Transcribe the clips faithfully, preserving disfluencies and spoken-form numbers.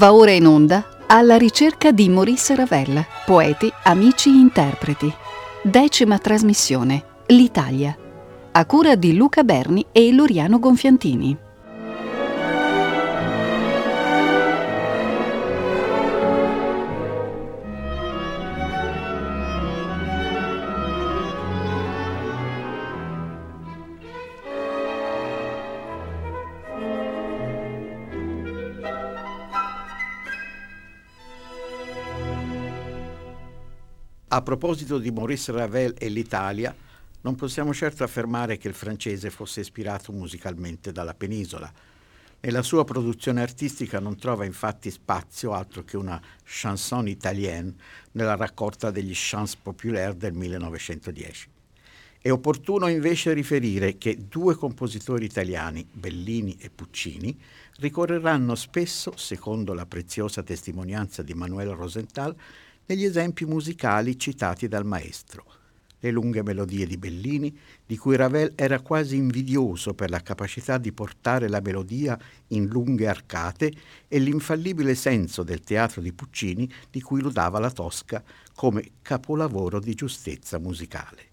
Va ora in onda Alla ricerca di Maurice Ravel, poeti, amici, interpreti. Decima trasmissione, l'Italia. A cura di Luca Berni e Loriano Gonfiantini. A proposito di Maurice Ravel e l'Italia, non possiamo certo affermare che il francese fosse ispirato musicalmente dalla penisola. Nella sua produzione artistica non trova infatti spazio altro che una chanson italienne nella raccolta degli chants populaires del millenovecentodieci. È opportuno invece riferire che due compositori italiani, Bellini e Puccini, ricorreranno spesso, secondo la preziosa testimonianza di Manuel Rosenthal, negli esempi musicali citati dal maestro. Le lunghe melodie di Bellini, di cui Ravel era quasi invidioso per la capacità di portare la melodia in lunghe arcate, e l'infallibile senso del teatro di Puccini, di cui lodava la Tosca come capolavoro di giustezza musicale.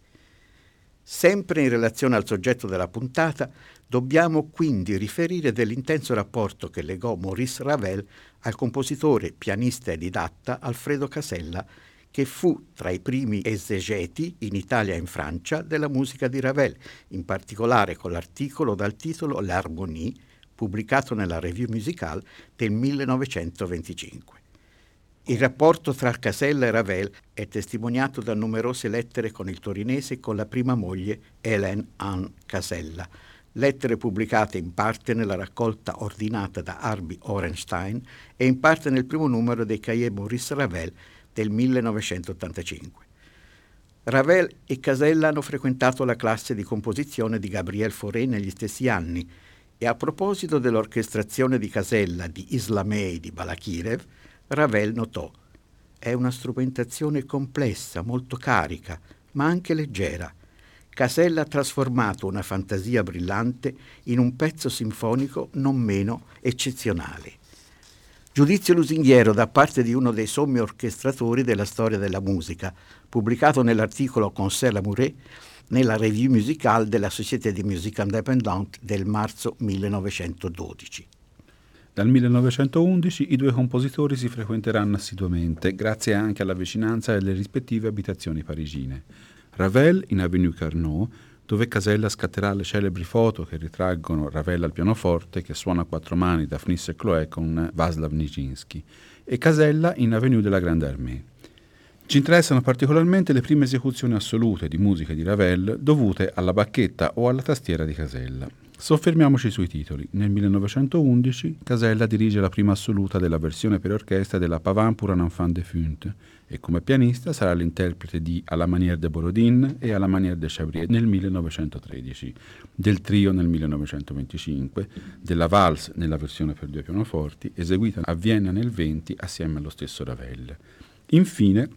Sempre in relazione al soggetto della puntata, dobbiamo quindi riferire dell'intenso rapporto che legò Maurice Ravel al compositore, pianista e didatta Alfredo Casella, che fu tra i primi esegeti in Italia e in Francia della musica di Ravel, in particolare con l'articolo dal titolo L'Harmonie, pubblicato nella Revue Musicale del millenovecentoventicinque. Il rapporto tra Casella e Ravel è testimoniato da numerose lettere con il torinese e con la prima moglie Hélène Anne Casella, lettere pubblicate in parte nella raccolta ordinata da Arby Orenstein e in parte nel primo numero dei Cahiers Maurice Ravel del millenovecentottantacinque. Ravel e Casella hanno frequentato la classe di composizione di Gabriel Fauré negli stessi anni e a proposito dell'orchestrazione di Casella di Islamey di Balakirev, Ravel notò: è una strumentazione complessa, molto carica, ma anche leggera. Casella ha trasformato una fantasia brillante in un pezzo sinfonico non meno eccezionale. Giudizio lusinghiero da parte di uno dei sommi orchestratori della storia della musica, pubblicato nell'articolo Concert Lamoureux nella Revue Musicale della Société de Musique Indépendante del marzo millenovecentododici. Dal millenovecentoundici i due compositori si frequenteranno assiduamente, grazie anche alla vicinanza delle rispettive abitazioni parigine. Ravel in Avenue Carnot, dove Casella scatterà le celebri foto che ritraggono Ravel al pianoforte che suona a quattro mani da Fnis e Chloé con Václav Nijinsky, e Casella in Avenue de la Grande Armée. Ci interessano particolarmente le prime esecuzioni assolute di musiche di Ravel dovute alla bacchetta o alla tastiera di Casella. Soffermiamoci sui titoli. Nel millenovecentoundici Casella dirige la prima assoluta della versione per orchestra della Pavane pour un enfant défunt e come pianista sarà l'interprete di À la manière de Borodin e À la manière de Chabrier nel millenovecentotredici, del trio nel millenovecentoventicinque, della valse nella versione per due pianoforti eseguita a Vienna nel venti assieme allo stesso Ravel. Infine,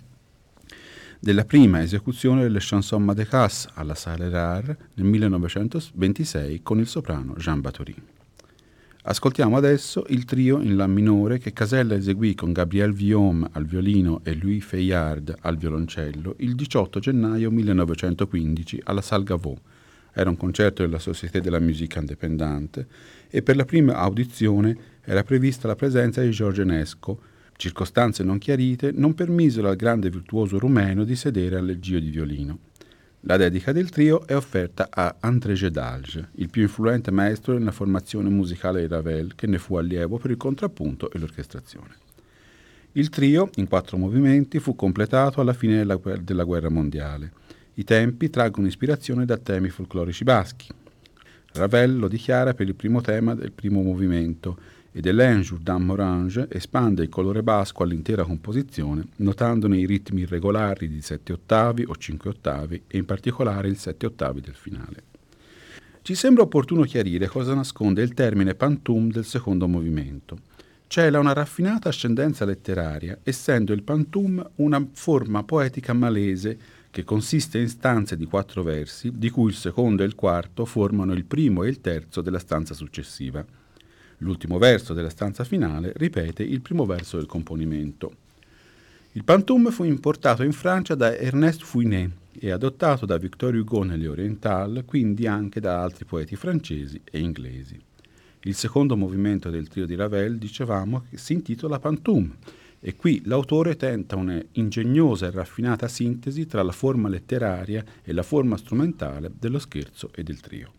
della prima esecuzione delle Chansons Mas de Casse alla Salle Rare nel millenovecentoventisei con il soprano Jean Batory. Ascoltiamo adesso il trio in La minore che Casella eseguì con Gabriel Villaume al violino e Louis Feillard al violoncello il diciotto gennaio millenovecentoquindici alla Salle Gaveau. Era un concerto della Société de la Musique Indépendante e per la prima audizione era prevista la presenza di George Enesco. Circostanze non chiarite non permisero al grande virtuoso rumeno di sedere al leggio di violino. La dedica del trio è offerta a André Gedalge, il più influente maestro nella formazione musicale di Ravel, che ne fu allievo per il contrappunto e l'orchestrazione. Il trio, in quattro movimenti, fu completato alla fine della, della guerra mondiale. I tempi traggono ispirazione da temi folclorici baschi. Ravel lo dichiara per il primo tema del primo movimento, ed Hélène Jourdan Morange espande il colore basco all'intera composizione, notandone i ritmi irregolari di sette ottavi o cinque ottavi e in particolare il sette ottavi del finale. Ci sembra opportuno chiarire cosa nasconde il termine pantoum del secondo movimento. Cela una raffinata ascendenza letteraria, essendo il pantoum una forma poetica malese che consiste in stanze di quattro versi, di cui il secondo e il quarto formano il primo e il terzo della stanza successiva. L'ultimo verso della stanza finale ripete il primo verso del componimento. Il pantoum fu importato in Francia da Ernest Fouinet e adottato da Victor Hugo nelle Orientales, quindi anche da altri poeti francesi e inglesi. Il secondo movimento del trio di Ravel, dicevamo, si intitola Pantoum, e qui l'autore tenta una ingegnosa e raffinata sintesi tra la forma letteraria e la forma strumentale dello scherzo e del trio.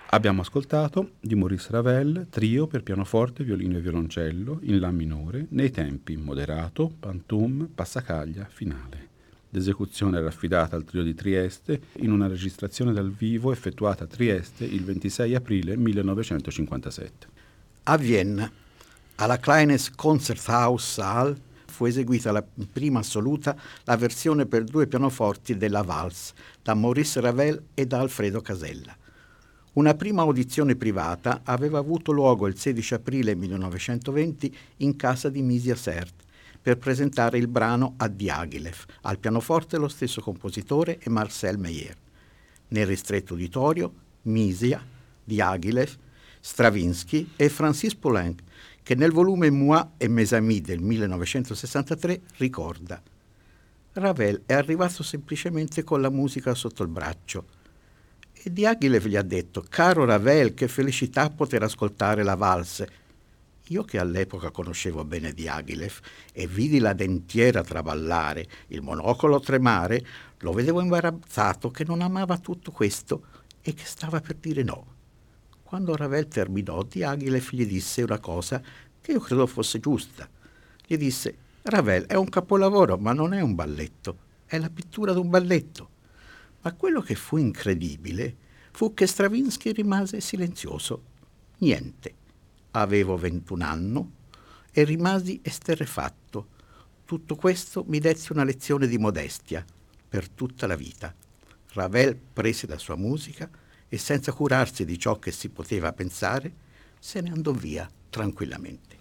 Abbiamo ascoltato di Maurice Ravel, trio per pianoforte, violino e violoncello, in La minore, nei tempi moderato, pantoum, passacaglia, finale. L'esecuzione era affidata al trio di Trieste in una registrazione dal vivo effettuata a Trieste il ventisei aprile millenovecentocinquantasette. A Vienna, alla Kleines Konzerthaus-Saal, fu eseguita la prima assoluta la versione per due pianoforti della Valse da Maurice Ravel e da Alfredo Casella. Una prima audizione privata aveva avuto luogo il sedici aprile millenovecentoventi in casa di Misia Sert per presentare il brano a Diaghilev, al pianoforte lo stesso compositore e Marcel Meyer. Nel ristretto uditorio Misia, Diaghilev, Stravinsky e Francis Poulenc, che nel volume Moi et mes amis del millenovecentosessantatré ricorda: Ravel è arrivato semplicemente con la musica sotto il braccio e Diaghilev gli ha detto: caro Ravel, che felicità poter ascoltare la valse. Io, che all'epoca conoscevo bene Diaghilev e vidi la dentiera traballare, il monocolo tremare, lo vedevo imbarazzato che non amava tutto questo e che stava per dire no. Quando Ravel terminò, Diaghilev gli disse una cosa che io credo fosse giusta. Gli disse: Ravel è un capolavoro, ma non è un balletto, è la pittura di un balletto. Ma quello che fu incredibile fu che Stravinsky rimase silenzioso. Niente. Avevo ventuno anni e rimasi esterrefatto. Tutto questo mi dette una lezione di modestia per tutta la vita. Ravel prese la sua musica e, senza curarsi di ciò che si poteva pensare, se ne andò via tranquillamente.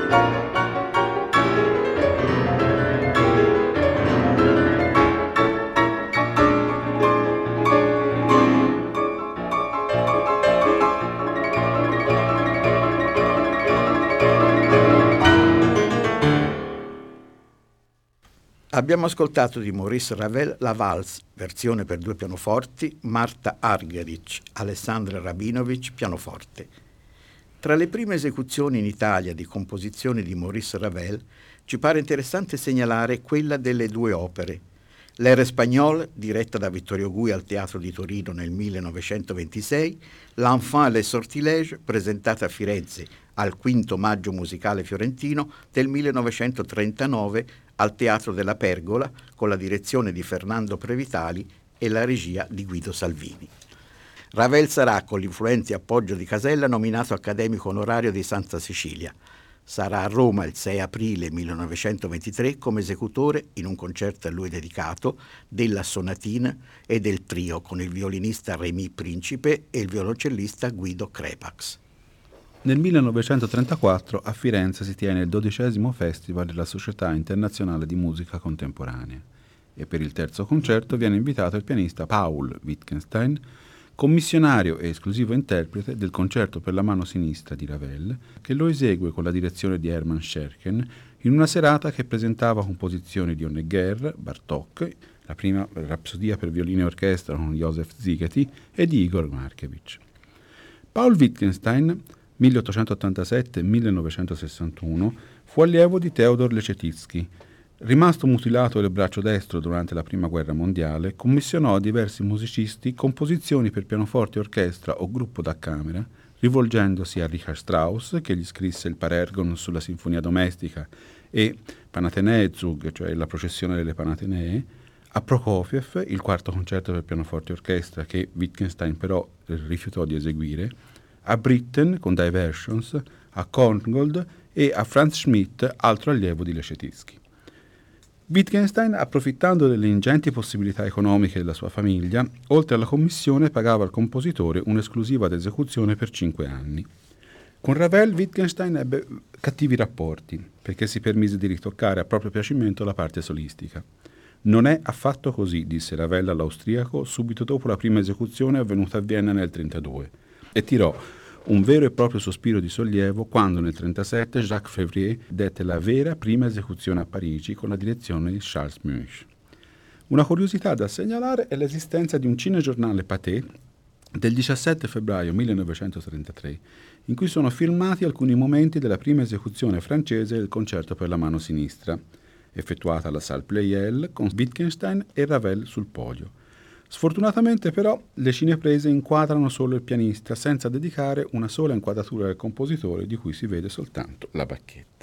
Abbiamo ascoltato di Maurice Ravel la Valse, versione per due pianoforti, Marta Argerich, Alessandra Rabinovich, pianoforte. Tra le prime esecuzioni in Italia di composizioni di Maurice Ravel ci pare interessante segnalare quella delle due opere. L'Air Espagnol, diretta da Vittorio Gui al Teatro di Torino nel millenovecentoventisei, L'Enfant et les Sortilèges, presentata a Firenze al Quinto Maggio Musicale Fiorentino del millenovecentotrentanove al Teatro della Pergola con la direzione di Fernando Previtali e la regia di Guido Salvini. Ravel sarà, con l'influente appoggio di Casella, nominato accademico onorario di Santa Cecilia. Sarà a Roma il sei aprile millenovecentoventitré come esecutore, in un concerto a lui dedicato, della Sonatine e del trio con il violinista Rémy Principe e il violoncellista Guido Crepax. Nel millenovecentotrentaquattro a Firenze si tiene il dodicesimo Festival della Società Internazionale di Musica Contemporanea e per il terzo concerto viene invitato il pianista Paul Wittgenstein, commissionario e esclusivo interprete del concerto per la mano sinistra di Ravel, che lo esegue con la direzione di Hermann Scherchen in una serata che presentava composizioni di Honegger, Bartók, la prima rapsodia per violino e orchestra con József Szigeti e di Igor Markevich. Paul Wittgenstein milleottocentottantasette millenovecentosessantuno, fu allievo di Theodor Leschetizky. Rimasto mutilato del braccio destro durante la Prima Guerra Mondiale, commissionò a diversi musicisti composizioni per pianoforte, orchestra o gruppo da camera, rivolgendosi a Richard Strauss, che gli scrisse il Parergon sulla Sinfonia Domestica e Panathenaezug, cioè la processione delle Panatenee, a Prokofiev, il quarto concerto per pianoforte e orchestra, che Wittgenstein però rifiutò di eseguire, a Britten con Diversions, a Korngold e a Franz Schmidt, altro allievo di Leschetizky. Wittgenstein, approfittando delle ingenti possibilità economiche della sua famiglia, oltre alla commissione pagava al compositore un'esclusiva ad esecuzione per cinque anni. Con Ravel Wittgenstein ebbe cattivi rapporti, perché si permise di ritoccare a proprio piacimento la parte solistica. Non è affatto così, disse Ravel all'austriaco subito dopo la prima esecuzione avvenuta a Vienna nel trentadue, e tirò un vero e proprio sospiro di sollievo quando nel trentasette Jacques Février dette la vera prima esecuzione a Parigi con la direzione di Charles Munch. Una curiosità da segnalare è l'esistenza di un cinegiornale Pathé del diciassette febbraio millenovecentotrentatré, in cui sono filmati alcuni momenti della prima esecuzione francese del concerto per la mano sinistra, effettuata alla Salle Pleyel con Wittgenstein e Ravel sul podio. Sfortunatamente però le cineprese inquadrano solo il pianista senza dedicare una sola inquadratura del compositore di cui si vede soltanto la bacchetta.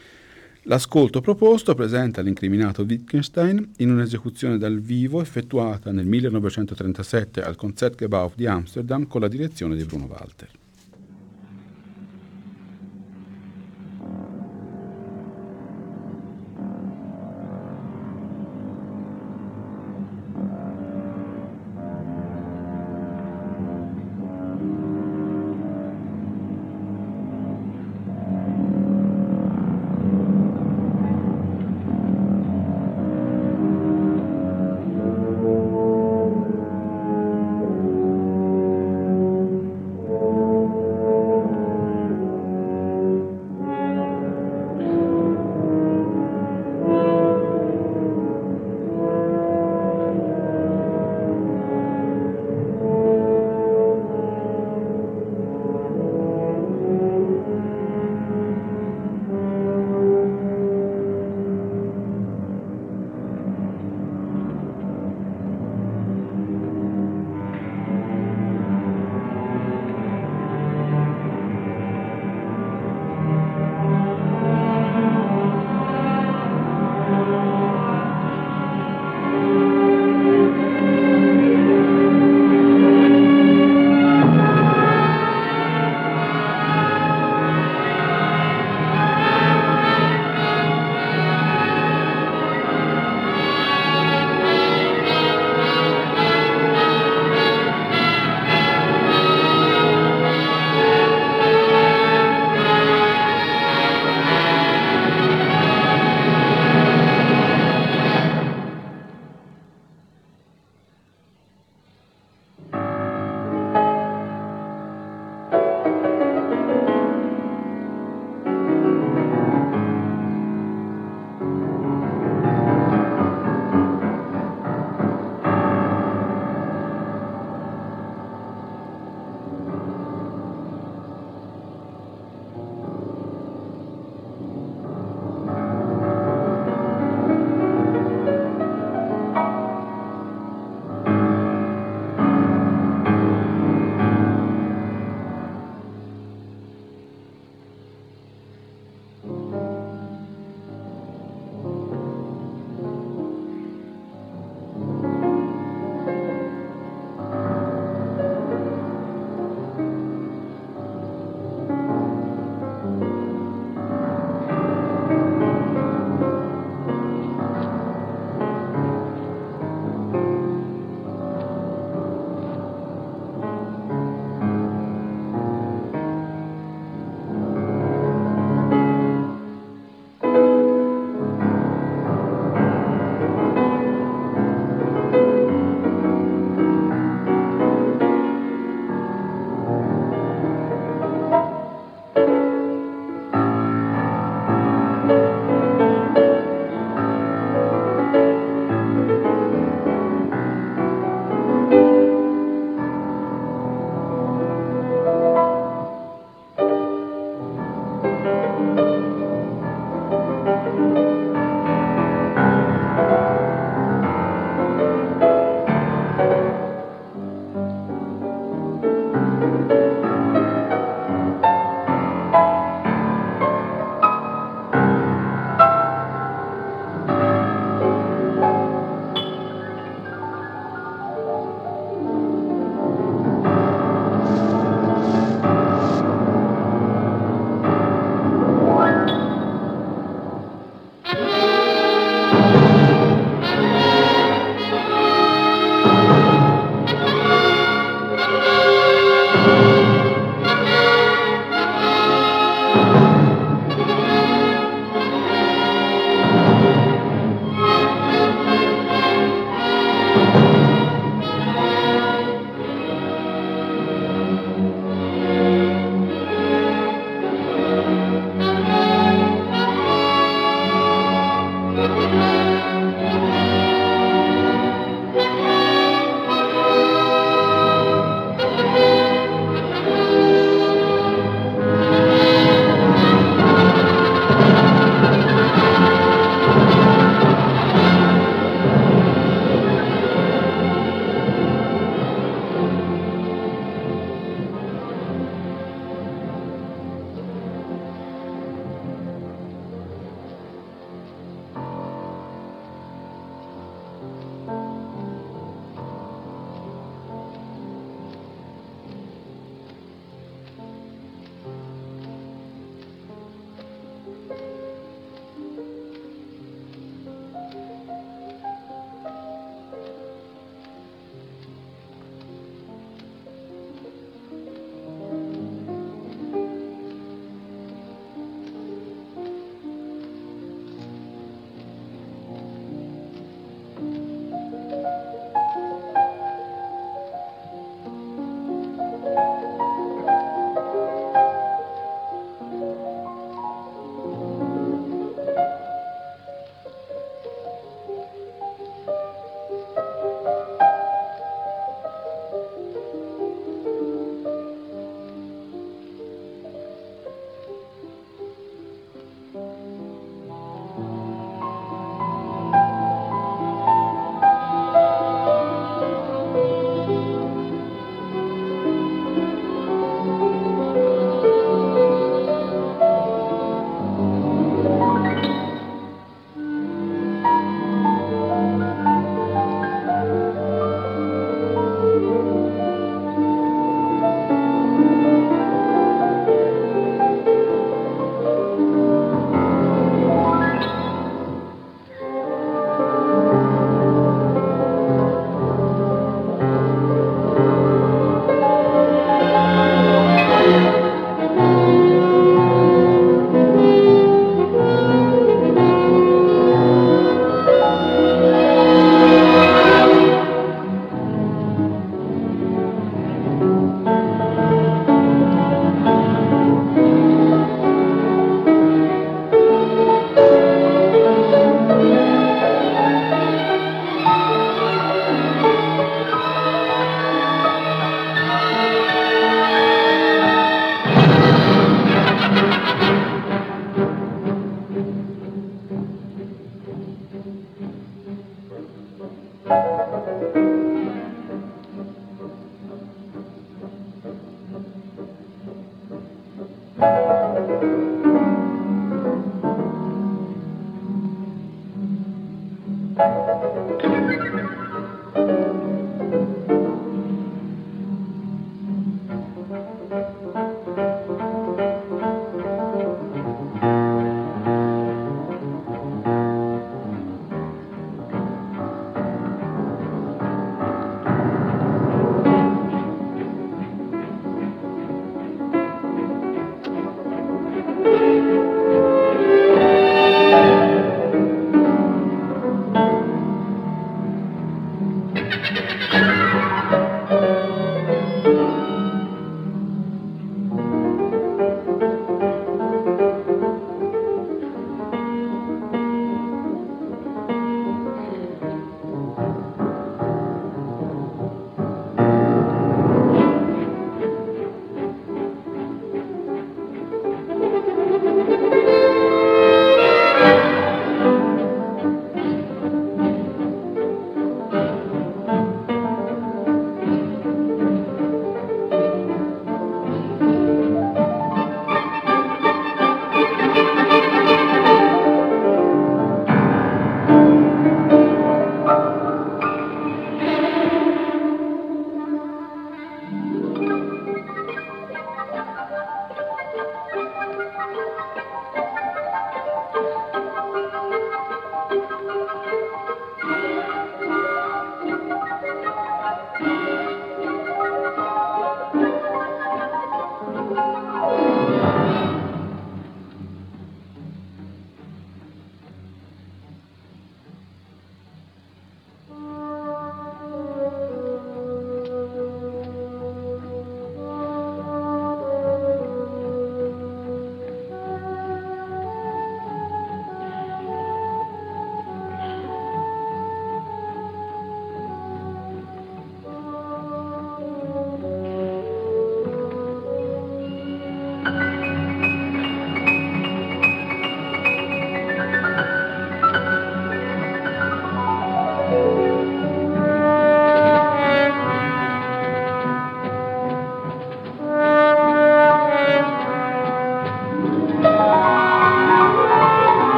L'ascolto proposto presenta l'incriminato Wittgenstein in un'esecuzione dal vivo effettuata nel millenovecentotrentasette al Concertgebouw di Amsterdam con la direzione di Bruno Walter.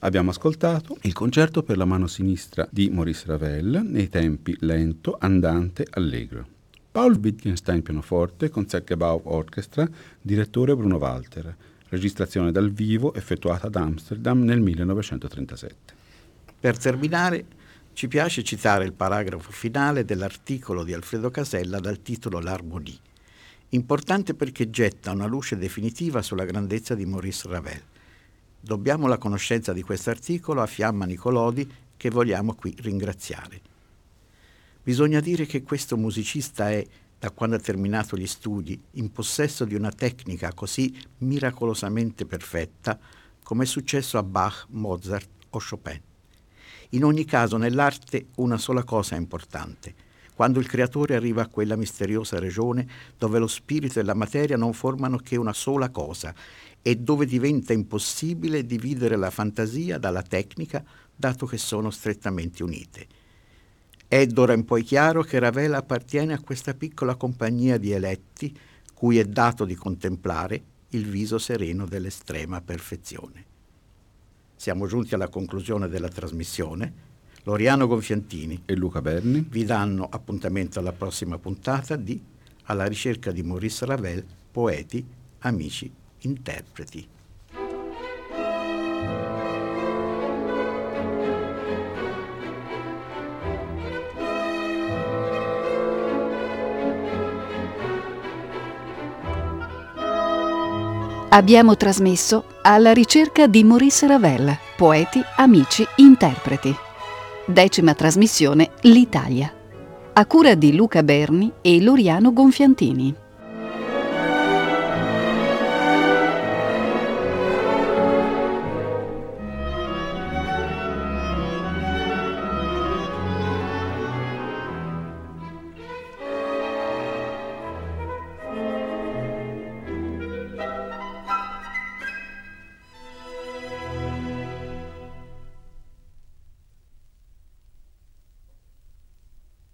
Abbiamo ascoltato il concerto per la mano sinistra di Maurice Ravel nei tempi lento, andante, allegro. Paul Wittgenstein pianoforte, Concertgebouw Orchestra, direttore Bruno Walter, registrazione dal vivo effettuata ad Amsterdam nel millenovecentotrentasette. Per terminare, ci piace citare il paragrafo finale dell'articolo di Alfredo Casella dal titolo L'Harmonie, importante perché getta una luce definitiva sulla grandezza di Maurice Ravel. Dobbiamo la conoscenza di questo articolo a Fiamma Nicolodi, che vogliamo qui ringraziare. Bisogna dire che questo musicista è, da quando ha terminato gli studi, in possesso di una tecnica così miracolosamente perfetta come è successo a Bach, Mozart o Chopin. In ogni caso, nell'arte una sola cosa è importante: quando il creatore arriva a quella misteriosa regione dove lo spirito e la materia non formano che una sola cosa e dove diventa impossibile dividere la fantasia dalla tecnica, dato che sono strettamente unite. È d'ora in poi chiaro che Ravel appartiene a questa piccola compagnia di eletti cui è dato di contemplare il viso sereno dell'estrema perfezione. Siamo giunti alla conclusione della trasmissione. Loriano Gonfiantini e Luca Berni vi danno appuntamento alla prossima puntata di Alla ricerca di Maurice Ravel, poeti, amici, interpreti. Abbiamo trasmesso Alla ricerca di Maurice Ravel, poeti, amici, interpreti. Decima trasmissione, l'Italia. A cura di Luca Berni e Loriano Gonfiantini.